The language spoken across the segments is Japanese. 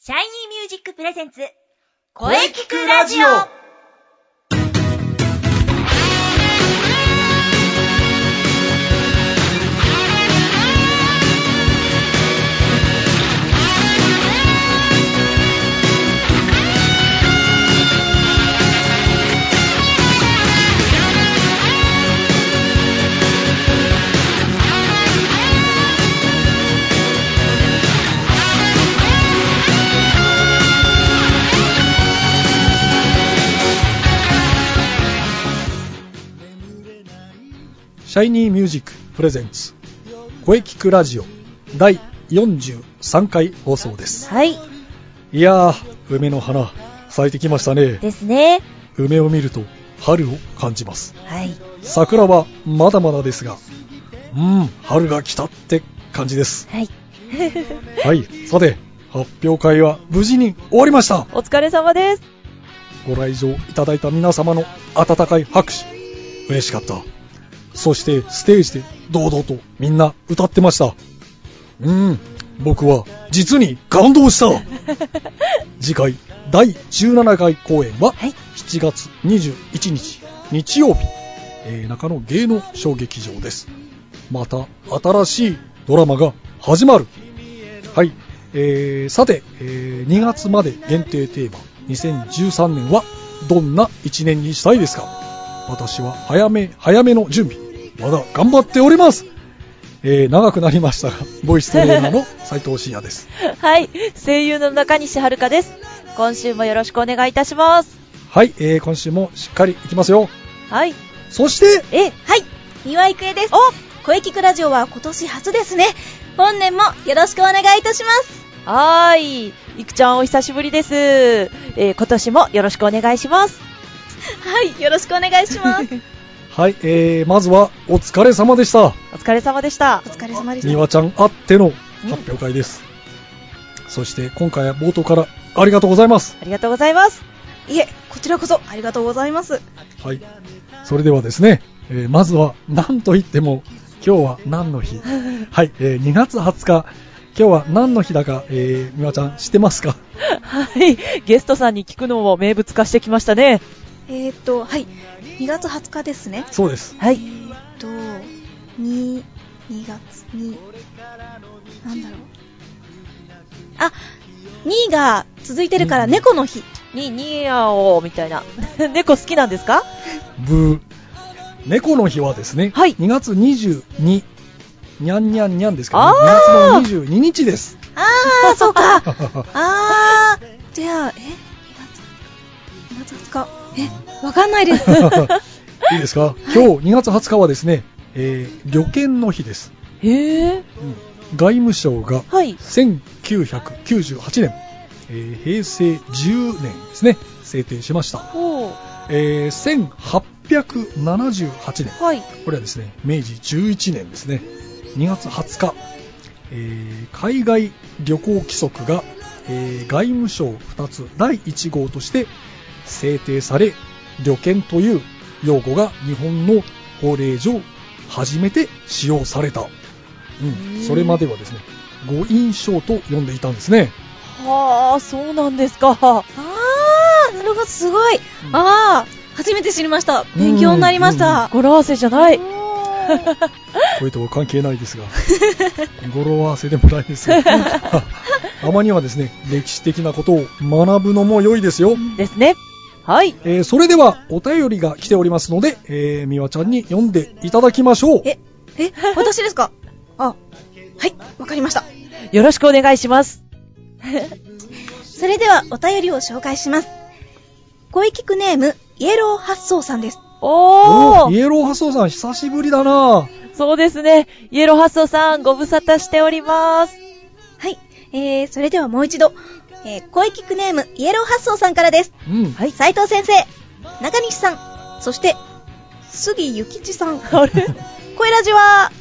シャイニーミュージックプレゼンツ声聞くラジオ。 シャイニーミュージックプレゼンツ声聞くラジオ第43回放送です。 はい。 いやー、梅の花咲いてきましたね。 ですね。 梅を見ると春を感じます。 はい。 桜はまだまだですが、春が来たって感じです。 はい。 はい。さて、発表会は無事に終わりました。 お疲れ様です。 ご来場いただいた皆様の温かい拍手、嬉しかった。そしてステージで堂々とみんな歌ってました。僕は実に感動した。次回第17回公演は7月21日日曜日、中野芸能小劇場です。また新しいドラマが始まる。はい、さて、2月まで限定テーマ2013年はどんな1年にしたいですか。私は早めの準備まだ頑張っております。長くなりましたが、ボイストレーナーの斉藤慎也です。 はい、声優の中西遥です。今週もよろしくお願いいたします。 はい、今週もしっかりいきますよ。 はい。 そしてはい、三輪郁恵です。声聞くラジオは今年初ですね。本年もよろしくお願いいたします。 はい、いくちゃんお久しぶりです。今年もよろしくお願いします。 はい、よろしくお願いします。 はい、まずはお疲れ様でした。 お疲れ様でした。 お疲れ様でした。 みわちゃんあっての発表会です。そして今回は冒頭からありがとうございます。 ありがとうございます。 いえ、こちらこそありがとうございます。 はい、それではですね、まずは何と言っても今日は何の日はい、2月20日今日は何の日だか、みわちゃん知ってますか。 はい、ゲストさんに聞くのも名物化してきましたね。 はい、2月20日ですね。 そうです。 はい。 2月になんだろう。2が続いてるから猫の日。 ニヤオみたいな。猫好きなんですか？ ブー。猫の日はですね、 はい、 2月22にゃんにゃんにゃんですけど、ね、2月の22日です。 そうか。じゃあ2月20日わかんないです。 いいですか、今日2月20日はですね、旅券の日です。 へー。 外務省が1998年、平成10年ですね、制定しました。1878年、 はい、 これはですね、明治11年ですね、2月20日、海外旅行規則が、外務省2つ第1号として制定され、旅券という用語が日本の法令上初めて使用された。それまではですね、ご印象と呼んでいたんですね。 はあ、そうなんですか。 なるほど、すごい。初めて知りました。勉強になりました。 語呂合わせじゃない。 これとは関係ないですが、語呂合わせでもないですが、たまにはですね、歴史的なことを学ぶのも良いですよ。 ですね。はい。 それではお便りが来ておりますので、みわちゃんに読んでいただきましょう。 私ですか？はい、わかりました。 よろしくお願いします。 それではお便りを紹介します。声聞くネームイエロー発送さんです。 イエロー発送さん久しぶりだな。 そうですね、イエロー発送さんご無沙汰しております。 はい、それではもう一度、声聞くネームイエロー発送さんからです。 はい、 斉藤先生、中西さん、そして杉ゆきちさん。 あれ声ラジは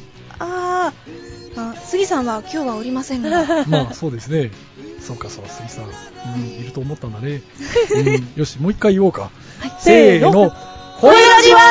杉さんは今日はおりませんが。 まあそうですね。そうか、杉さん、いると思ったんだね。よし、もう一回言おうか。 せーの。 声ラジは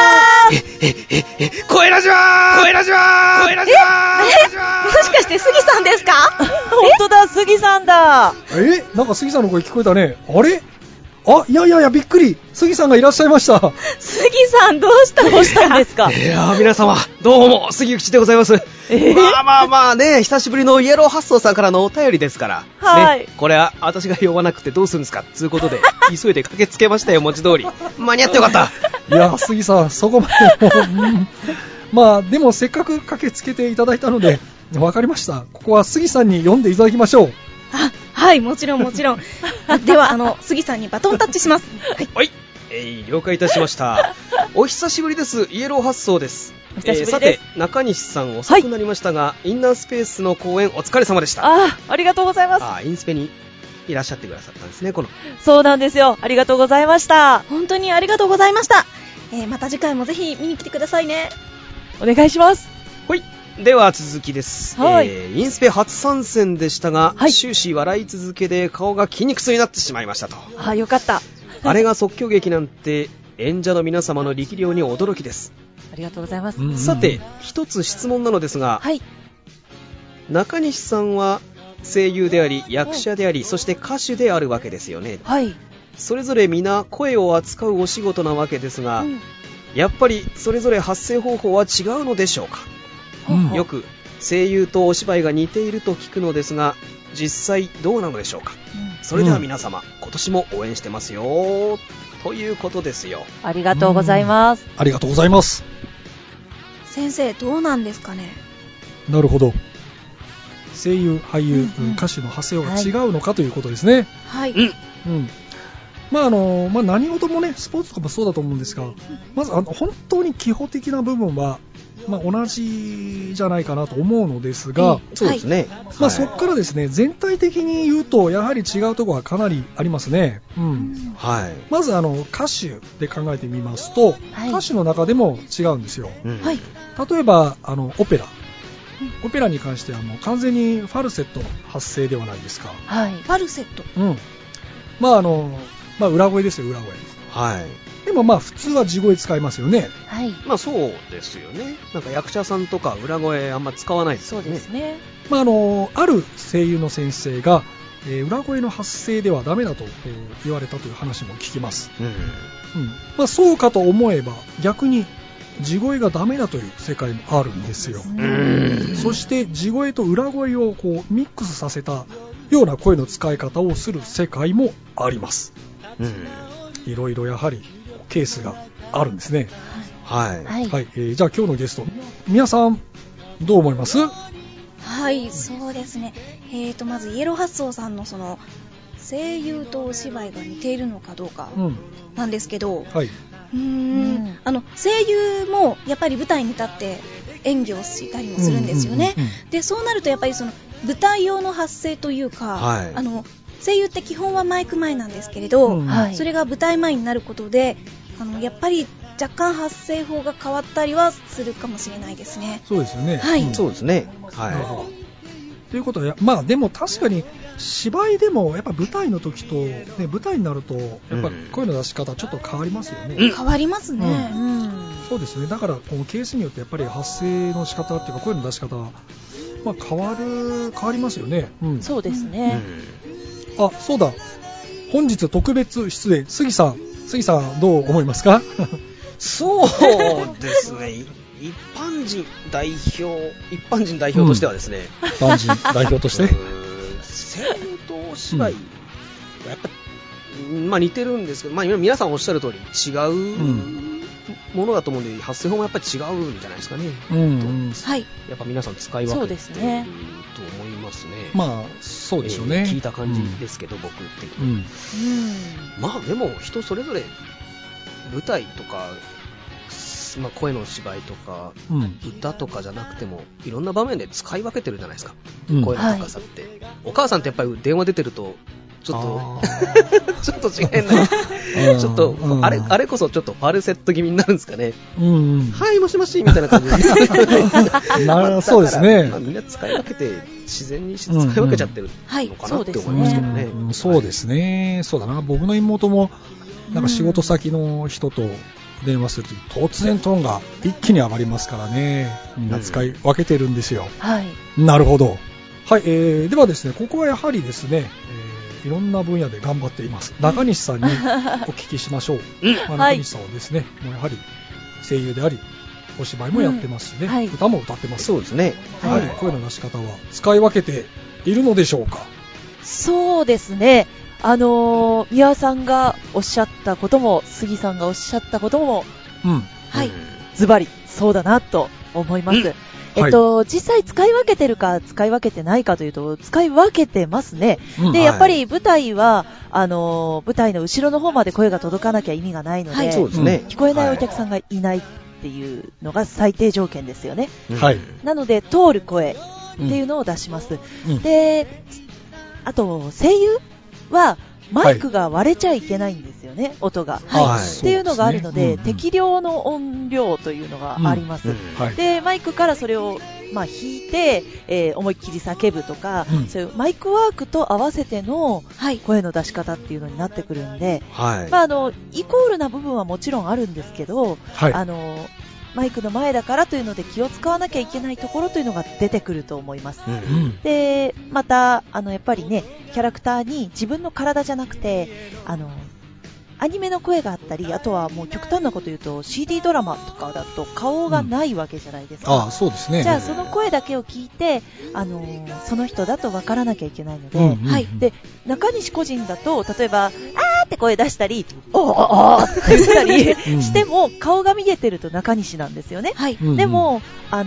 声ラジは声ラジは声ラジはもしかして杉さんですか？ 本当だ、杉さんだ。 なんか杉さんの声聞こえたね。あれ？いや、びっくり。杉さんがいらっしゃいました。 杉さんどうしたんですか？ いやー、皆様、どうも、杉口でございます。まあね、久しぶりのイエロー発送さんからのお便りですから。 はい。 ね、これは、私が呼ばなくてどうするんですかつうことで、急いで駆けつけましたよ、文字通り。間に合ってよかった。 いや、杉さん、そこまででもせっかく駆けつけていただいたので、わかりました。ここは杉さんに読んでいただきましょう。 はい、もちろん。では、杉さんにバトンタッチします。 はい。了解いたしました。お久しぶりです。イエロー発送です。 お久しぶりです。 さて、中西さん遅くなりましたが、インナースペースの公演お疲れ様でした。 ありがとうございます。 インスペにいらっしゃってくださったんですね、 そうなんですよ。ありがとうございました。 本当にありがとうございました。また次回もぜひ見に来てくださいね。 お願いします。 はい。では続きです。インスペ初参戦でしたが、終始笑い続けで顔が筋肉痛になってしまいましたと。 よかった。 あれが即興劇なんて演者の皆様の力量に驚きです。 ありがとうございます。 さて、一つ質問なのですが、中西さんは声優であり役者であり、そして歌手であるわけですよね。それぞれ皆声を扱うお仕事なわけですが、やっぱりそれぞれ発声方法は違うのでしょうか？よく声優とお芝居が似ていると聞くのですが、実際どうなのでしょうか？それでは皆様、今年も応援してますよということですよ。 ありがとうございます。 ありがとうございます。 先生、どうなんですかね？ なるほど。声優、俳優、歌手の発声が違うのかということですね。何事もね、スポーツとかもそうだと思うんですが、まず本当に基本的な部分は、同じじゃないかなと思うのですが、 そうですね。 そこからですね、全体的に言うとやはり違うところはかなりありますね。まず歌手で考えてみますと、歌手の中でも違うんですよ。例えばオペラに関してはもう完全にファルセットの発声ではないですか。 ファルセット。 裏声ですよ、裏声。でも普通は地声使いますよね。 そうですよね。なんか役者さんとか裏声あんま使わないですよね。 そうですね。 ある声優の先生が、裏声の発声ではダメだと言われたという話も聞きます。そうかと思えば逆に地声がダメだという世界もあるんですよ。そして地声と裏声をミックスさせたような声の使い方をする世界もあります。いろいろやはりケースがあるんですね。じゃあ今日のゲスト、皆さんどう思います？ そうですね。まずイエロー発送さんのその声優とお芝居が似ているのかどうかなんですけど、声優もやっぱり舞台に立って演技をしたりもするんですよね。で、そうなるとやっぱりその舞台用の発声というか、声優って基本はマイク前なんですけれど、それが舞台前になることでやっぱり若干発声法が変わったりはするかもしれないですね。 そうですよね。 そうですね。 ということはでも確かに芝居でもやっぱ舞台の時と、舞台になるとやっぱ声の出し方ちょっと変わりますよね。 変わりますね。 そうですね。だからこのケースによってやっぱり発声の仕方っていうか声の出し方は変わりますよね。 そうですね。 そうだ。本日特別出演、杉さんどう思いますか？ そうですね。一般人代表としてはですね。 一般人代表として声優とお芝居はやっぱ似てるんですけど、皆さんおっしゃる通り違うものだと思うんで、発声法もやっぱり違うんじゃないですかね。やっぱ皆さん使い分けてると思いますね。 そうでしょうね。 聞いた感じですけど、僕的に。でも人それぞれ舞台とか、声の芝居とか、歌とかじゃなくてもいろんな場面で使い分けてるじゃないですか。声の高さって、お母さんってやっぱり電話出てるとちょっと違えないちょっとあれこそちょっとファルセット気味になるんですかね。はいもしもしみたいな感じでそうですね。 みんな使い分けて自然に使い分けちゃってるのかなって思いますけどね。 そうですね。そうだな。僕の妹もなんか仕事先の人と電話するとき突然トーンが一気に上がりますからね、みんな使い分けてるんですよ。 はい。 なるほど。はい、ではですね、ここはやはりですね、いろんな分野で頑張っています中西さんにお聞きしましょう。中西さんはですね、もうやはり声優でありお芝居もやってますしね、はい、歌も歌ってます。 そうですね。 やはり声の出し方は使い分けているのでしょうか。 そうですね。宮さんがおっしゃったことも杉さんがおっしゃったことも、はい、ズバリそうだなと思います。実際使い分けてるか使い分けてないかというと使い分けてますね。で、やっぱり舞台は舞台の後ろの方まで声が届かなきゃ意味がないので、 そうですね、 聞こえないお客さんがいないっていうのが最低条件ですよね。 はい、 なので通る声っていうのを出します。で、あと声優はマイクが割れちゃいけないんですよね、音が、っていうのがあるので、適量の音量というのがあります。で、マイクからそれを弾いて、思いっきり叫ぶとか、そういうマイクワークと合わせての声の出し方っていうのになってくるんで、イコールな部分はもちろんあるんですけど、マイクの前だからというので気を使わなきゃいけないところというのが出てくると思います。で、またやっぱりね、キャラクターに自分の体じゃなくてアニメの声があったり、あとはもう極端なこと言うと CD ドラマとかだと顔がないわけじゃないですか。 そうですね。 じゃあその声だけを聞いてその人だと分からなきゃいけないので、で中西個人だと例えばあーって声出したりおーって言ったりしても顔が見えてると中西なんですよね。でも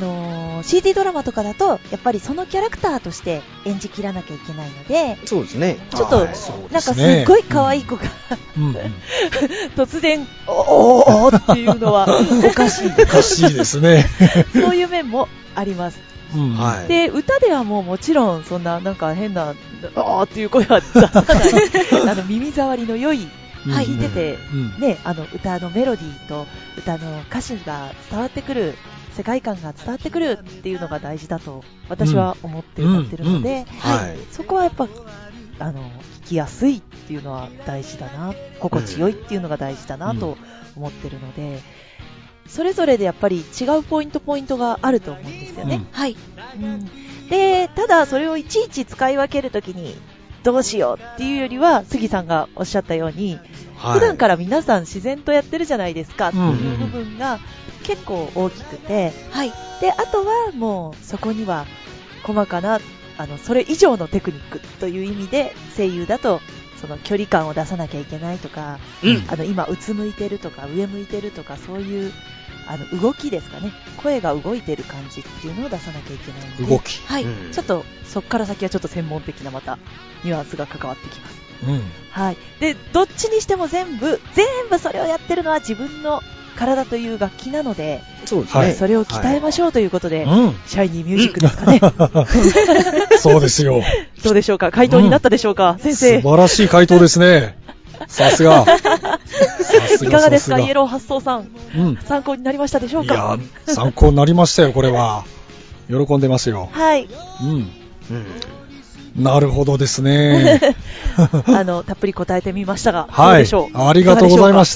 CD ドラマとかだとやっぱりそのキャラクターとして演じきらなきゃいけないので、 そうですね。 ちょっとなんかすっごい可愛い子が突然おーっていうのはおかしいですね。 そういう面もあります。で、歌ではもちろんそんななんか変なおーっていう声は出さない耳障りの良い弾いてて、ね、歌のメロディーと歌の歌詞が伝わってくる、世界観が伝わってくるっていうのが大事だと私は思って歌ってるので、そこはやっぱ聞きやすいっていうのは大事だな、心地よいっていうのが大事だなと思ってるので、それぞれでやっぱり違うポイントがあると思うんですよね。で、ただそれをいちいち使い分けるときにどうしようっていうよりは、杉さんがおっしゃったように、普段から皆さん自然とやってるじゃないですかっていう部分が結構大きくて、で、あとはもうそこには細かなそれ以上のテクニックという意味で、声優だとその距離感を出さなきゃいけないとか、今うつむいてるとか上向いてるとか、そういう動きですかね、声が動いてる感じっていうのを出さなきゃいけないので、 動き、 ちょっとそこから先はちょっと専門的なまたニュアンスが関わってきます。で、どっちにしても全部それをやってるのは自分の体という楽器なので、それを鍛えましょうということで、シャイニーミュージックですかね。 そうですよ。 どうでしょうか、回答になったでしょうか、先生。 素晴らしい回答ですね。さすが。 いかがですか、イエロー発想さん、参考になりましたでしょうか。 いや、参考になりましたよ、これは。喜んでますよ。なるほどですね。 たっぷり答えてみましたが、どうでしょう。 ありがとうございました。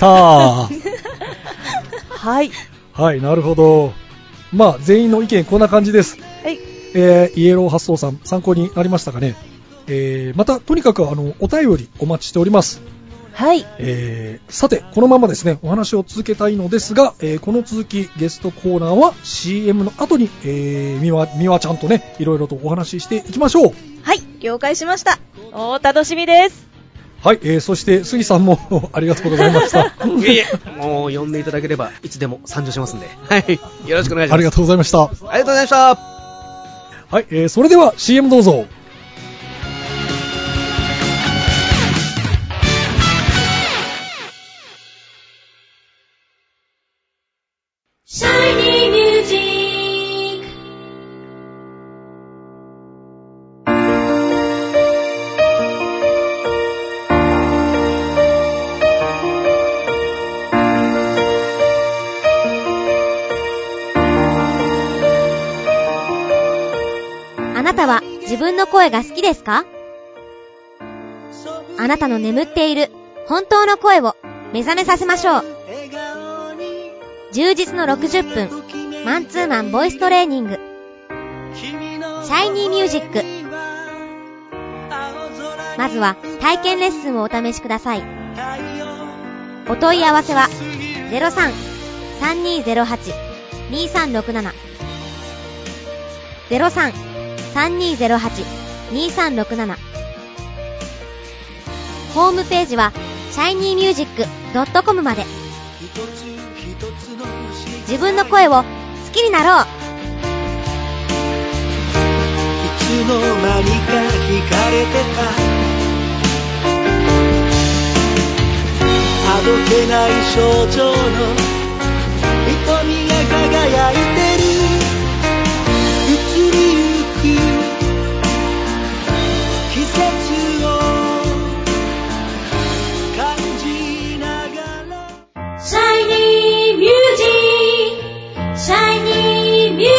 なるほど。全員の意見こんな感じです。イエロー発想さん、参考になりましたかね。またとにかくお便りお待ちしております。さて、このままですねお話を続けたいのですが、この続きゲストコーナーは CM の後に、みわちゃんとねいろいろとお話ししていきましょう。 了解しました。 お楽しみです。 そして杉さんもありがとうございました。 もう呼んでいただければいつでも参上しますんで、よろしくお願いします。 ありがとうございました。 ありがとうございました。それでは CM どうぞ。 シャイニーミュージック。 あなたは自分の声が好きですか？あなたの眠っている本当の声を目覚めさせましょう。 充実の60分マンツーマンボイストレーニング、シャイニーミュージック。まずは体験レッスンをお試しください。お問い合わせは 03-3208-2367 03-3208-2367。ホームページは shinymusic.com まで。自分の声を好きになろう。いつの間にか惹かれてた、あどけない少女の瞳が輝いてる。移りゆく季節を感じながら。 シャイニーミュージック、シャイニーミュージック。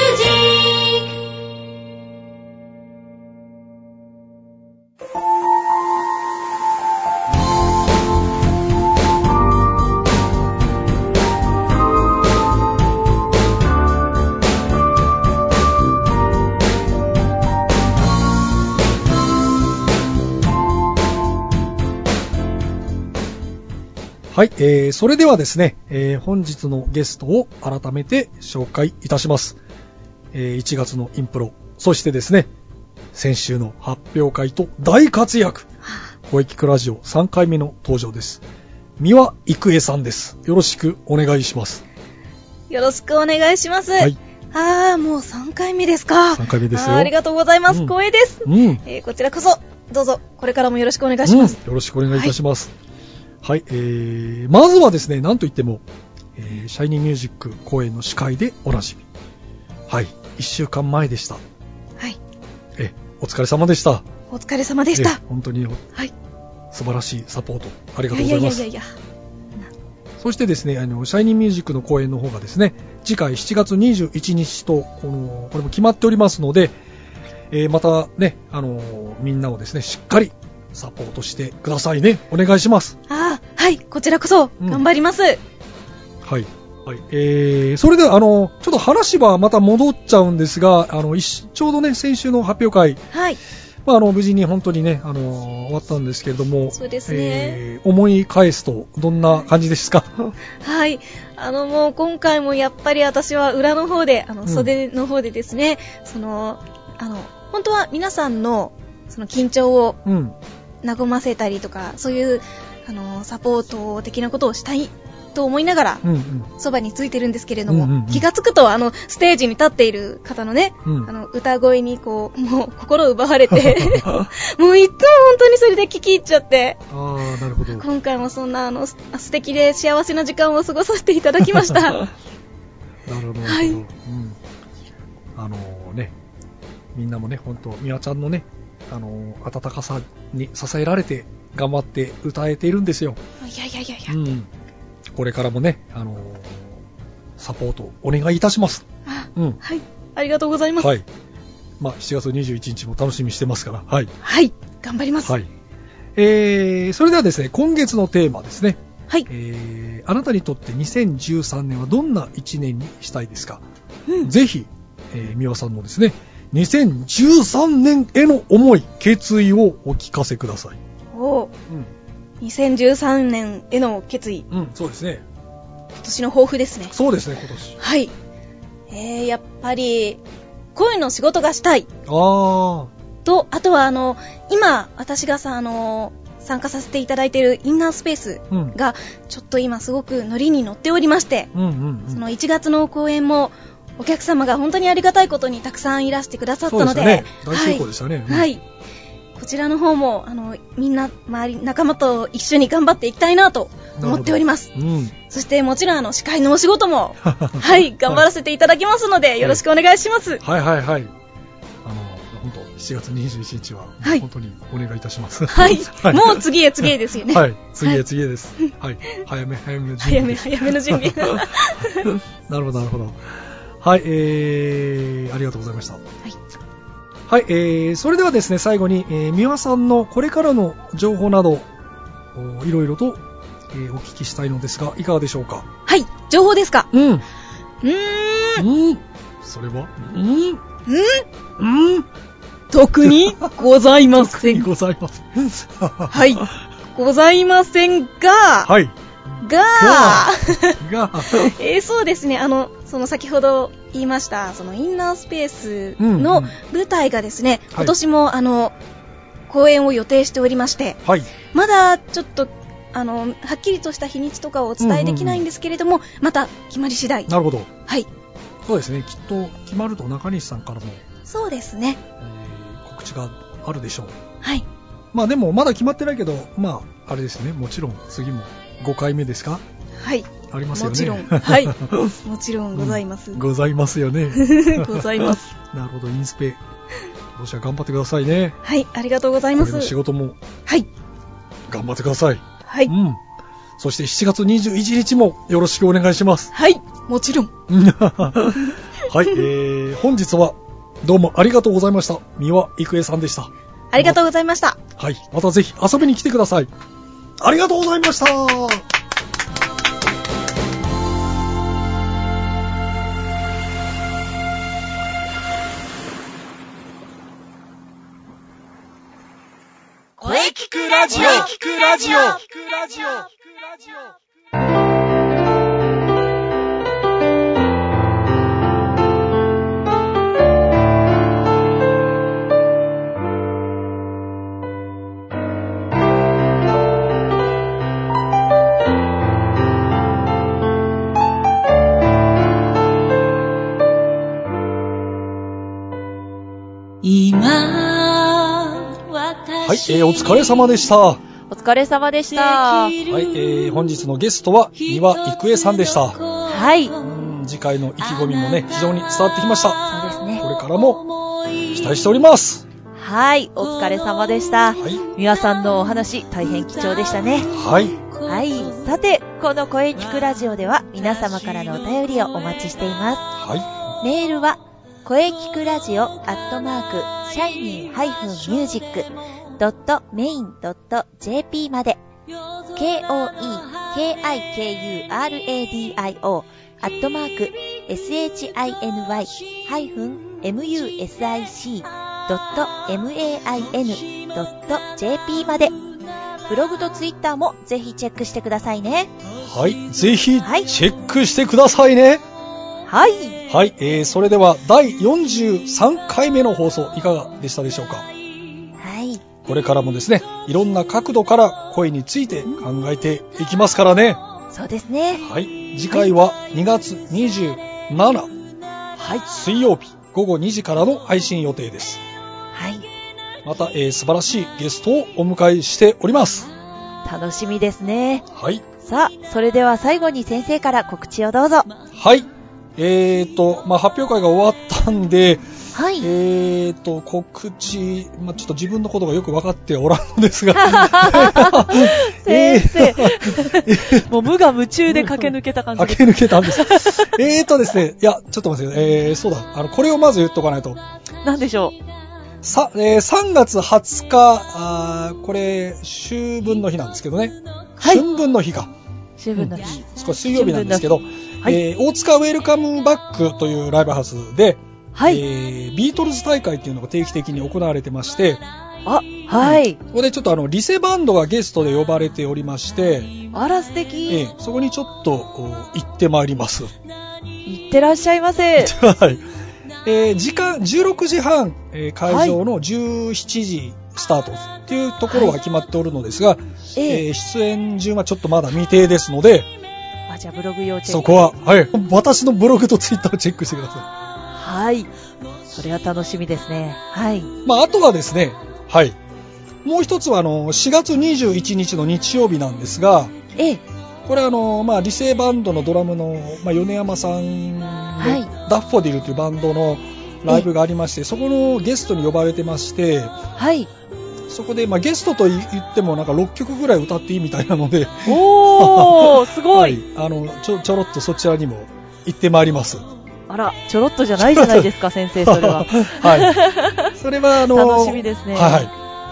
はい、それではですね、本日のゲストを改めて紹介いたします。1月のインプロ、そしてですね、先週の発表会と大活躍、声聞くラジオ3回目の登場です。三輪郁恵さんです。よろしくお願いします。 よろしくお願いします。はい。もう3回目ですか。 3回目ですよ。 ありがとうございます。光栄です。こちらこそ、どうぞ、これからもよろしくお願いします。 よろしくお願いいたします。はい、まずはですね、なんといっても、シャイニーミュージック公演の司会でおなじみ。はい、1週間前でした。はい。お疲れ様でした。 お疲れ様でした。 本当に、はい、素晴らしいサポートありがとうございます。そしてですね、シャイニーミュージックの公演の方がですね、次回7月21日とこれも決まっておりますので、またね、みんなをですね、しっかりサポートしてくださいね。お願いします。 はい、こちらこそ頑張ります。はい、 はい。それではちょっと話はまた戻っちゃうんですが、ちょうどね、先週の発表会、はい、無事に本当にね、終わったんですけれども、 そうですね。 思い返すとどんな感じですか？ はい、もう今回もやっぱり私は裏の方で、袖の方でですね、本当は皆さんのその緊張を和ませたりとか、そういうサポート的なことをしたいと思いながらそばについてるんですけれども、気がつくとステージに立っている方のね、歌声にこうもう心を奪われてもういつも本当にそれで聞き入っちゃって、 なるほど。 今回もそんな素敵で幸せな時間を過ごさせていただきました。なるほど、はい、ね、みんなもね、本当みわちゃんのね、温かさに支えられて頑張って歌えているんですよ。いや、これからもね、サポートお願いいたします。 はい、ありがとうございます。はい、 7月21日も楽しみにしてますから、はい、 頑張ります。はい、 それではですね、今月のテーマですね。はい、あなたにとって2013年はどんな1年にしたいですか？ぜひ、美輪さんのですね、2013年への思い、決意をお聞かせください。 2013年への決意。 そうですね。 今年の抱負ですね。 そうですね、今年。 はい。やっぱり、声の仕事がしたい。と、あとは今、私が参加させていただいているインナースペースが、ちょっと今すごくノリに乗っておりまして、その1月の公演も、お客様が本当にありがたいことにたくさんいらしてくださったので、 ね、大成功でしたね。 はい。こちらの方もみんな仲間と一緒に頑張っていきたいなと思っております。そしてもちろん司会のお仕事もはい頑張らせていただきますので、よろしくお願いします。 はい。本当7月21日は本当にお願いいたします。 はい。もう次へですよね。 はい。次へです。はい。早めの準備。 早めの準備。 なるほど。はい、ありがとうございました。はい、それではですね、最後に、美輪さんのこれからの情報など、いろいろとお聞きしたいのですが、いかがでしょうか？ はい、情報ですか？ それは特にございません。 ございません。 はい、ございませんが、 はい。 そうですね、その先ほど言いました、そのインナースペースの舞台がですね、今年も公演を予定しておりまして、はい、まだちょっとはっきりとした日にちとかをお伝えできないんですけれども、また決まり次第。 なるほど。 はい。 そうですね、きっと決まると中西さんからも。 そうですね。 告知があるでしょう。 はい。 まあでもまだ決まってないけど、まああれですね、もちろん次も5回目ですか？ はい。 ありますよね。 もちろん。はい。もちろんございます。 ございますよね。 ございます。 なるほど、インスペ。今年は頑張ってくださいね。 はい、ありがとうございます。 これの仕事も。 はい。 頑張ってください。 はい。 そして7月21日もよろしくお願いします。 はい、もちろん。 はい、本日はどうもありがとうございました。三輪郁恵さんでした。 ありがとうございました。 はい、またぜひ遊びに来てください。ありがとうございました。 声聞くラジオ、聞くラジオ、聞くラジオ、聞くラジオ。 はい、お疲れ様でした。 お疲れ様でした。 はい、本日のゲストは三輪郁恵さんでした。 はい。 次回の意気込みもね、非常に伝わってきました。 そうですね。 これからも期待しております。 はい、お疲れ様でした。はい、三輪さんのお話、大変貴重でしたね。 はい。 はい。さて、この声聞くラジオでは皆様からのお便りをお待ちしています。 はい。 メールは、声聞くラジオ@shining-music.main.jp まで KOEKIKURADIO@shiny-music.main.jp までブログとツイッターもぜひチェックしてくださいね。 はい、ぜひチェックしてくださいね。 はい。 はい、それでは第43回目の放送いかがでしたでしょうか？ はい。 これからもですね、いろんな角度から声について考えていきますからね。 そうですね。 はい。次回は2月27、はい、水曜日午後2時からの配信予定です。 はい。 また、素晴らしいゲストをお迎えしております。 楽しみですね。 はい。 さあ、それでは最後に先生から告知をどうぞ。 はい。発表会が終わったんで、 はい。 告知、ちょっと自分のことがよく分かっておらんのですが。 先生。もう無我夢中で駆け抜けた感じ。 駆け抜けたんです。ですね、いや、ちょっと待って、そうだ、これをまず言っとかないと。 何でしょう。 3月20日、これ、秋分の日なんですけどね。 はい。 春分の日か。 秋分の日。 少し水曜日なんですけど、はい、大塚ウェルカムバックというライブハウスで、 はい、 ビートルズ大会っていうのが定期的に行われてまして、 あ、はい。 ここでちょっとリセバンドがゲストで呼ばれておりまして、 あら素敵。 そこにちょっと行ってまいります。 行ってらっしゃいませ。 はい。時間16時半、会場の17時スタートっていうところが決まっておるのですが、出演順はちょっとまだ未定ですので、 じゃあブログ用チェック。 そこは、はい、私のブログとツイッターをチェックしてください。 はい。それは楽しみですね。はい。 あとはですね、はい。もう一つは4月21日の日曜日なんですが、これリセバンドのドラムの、米山さんで、ダッフォディルというバンドのライブがありまして、そこのゲストに呼ばれてまして、 はい。 そこで、ゲストと言っても6曲ぐらい歌っていいみたいなので、 おー、すごい。 はい、ちょろっとそちらにも行ってまいります。 あら、ちょろっとじゃないじゃないですか、先生、それは。 はい。それは楽しみですね。 はい。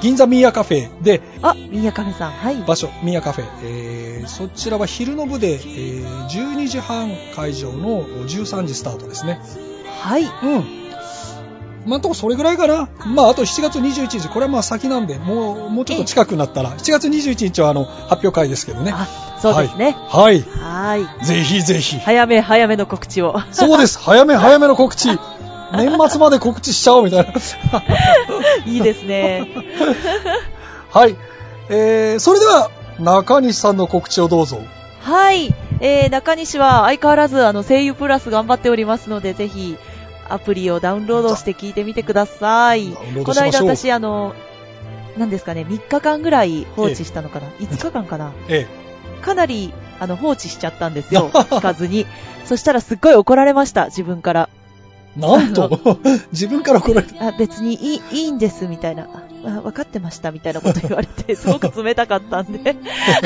銀座ミーヤカフェで、 ミーヤカフェさん、はい。 場所、ミーヤカフェ。そちらは昼の部で、12時半会場の13時スタートですね。 はい。うん。 まあ、とそれぐらいかな。まあ、あと7月21日、これはまあ先なんで、もうちょっと近くなったら、7月21日は発表会ですけどね。 そうですね。 はい。 はい。 ぜひぜひ。 早めの告知を。 そうです。早めの告知。年末まで告知しちゃおうみたいな。 いいですね。 はい。それでは、中西さんの告知をどうぞ。 はい。中西は相変わらず声優プラス頑張っておりますので、ぜひ、アプリをダウンロードして聞いてみてください。この間私何ですかね、3日間ぐらい放置したのかな、5日間かな、かなり放置しちゃったんですよ、聞かずに。そしたらすっごい怒られました、自分から。 なんと自分から怒られた。 別にいいんですみたいな、分かってましたみたいなこと言われて、すごく冷たかったんで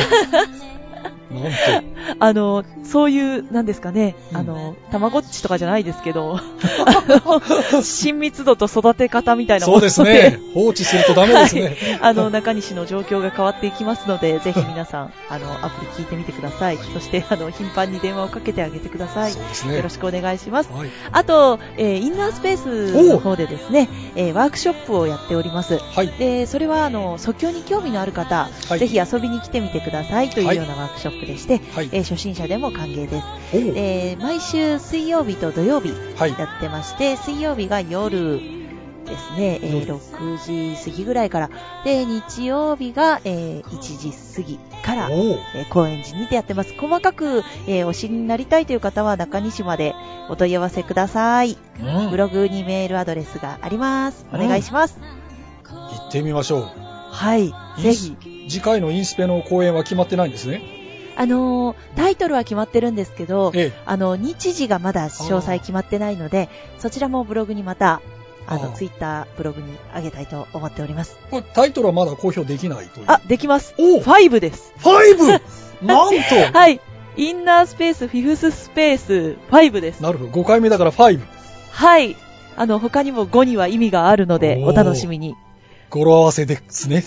なんとそういうなんですかね、たまごっちとかじゃないですけど親密度と育て方みたいなもので、 そうですね、放置するとダメですね、 はい、中西の状況が変わっていきますので、ぜひ皆さんアプリ聞いてみてください。そして頻繁に電話をかけてあげてください。そうですね、よろしくお願いします。はい、あと、インナースペースの方でですね、ワークショップをやっております。はい、でそれは即興に興味のある方、はい、ぜひ遊びに来てみてくださいというようなワークショップでして、はい、初心者でも歓迎です。毎週水曜日と土曜日やってまして、はい、水曜日が夜ですね、6時過ぎぐらいからで、日曜日が、1時過ぎから、高円寺にてやってます。細かく、お知りになりたいという方は中西までお問い合わせください。ブログにメールアドレスがあります。お願いします。 行ってみましょう。 はい、ぜひ。 次回のインスペの公演は決まってないんですね。 タイトルは決まってるんですけど、日時がまだ詳細決まってないので、そちらもブログにまたツイッターブログに上げたいと思っております。 これタイトルはまだ公表できないという。 できます。5です。 5 なんとはい。インナースペースフィフススペース5です。 なるほど。5回目だから5。 はい。他にも5には意味があるので、お楽しみに。 語呂合わせですね。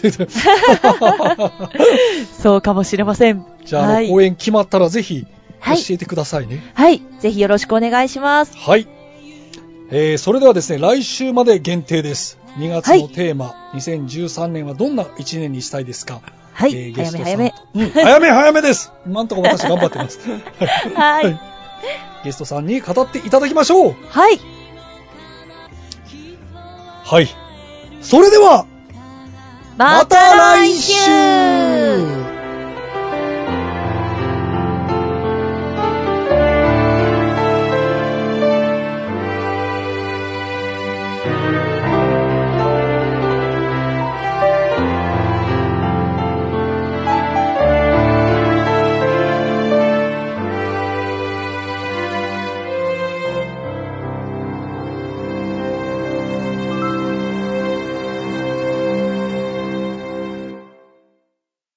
そうかもしれません。 じゃあ、公演決まったらぜひ教えてくださいね。 はい。ぜひよろしくお願いします。 はい。それではですね、来週まで限定です。2月のテーマ、2013年はどんな1年にしたいですか？ はい。ゲストさん早め。 早めです。今んとこ私頑張ってます。はい。ゲストさんに語っていただきましょう。 はい。 はい。それでは、 また来週。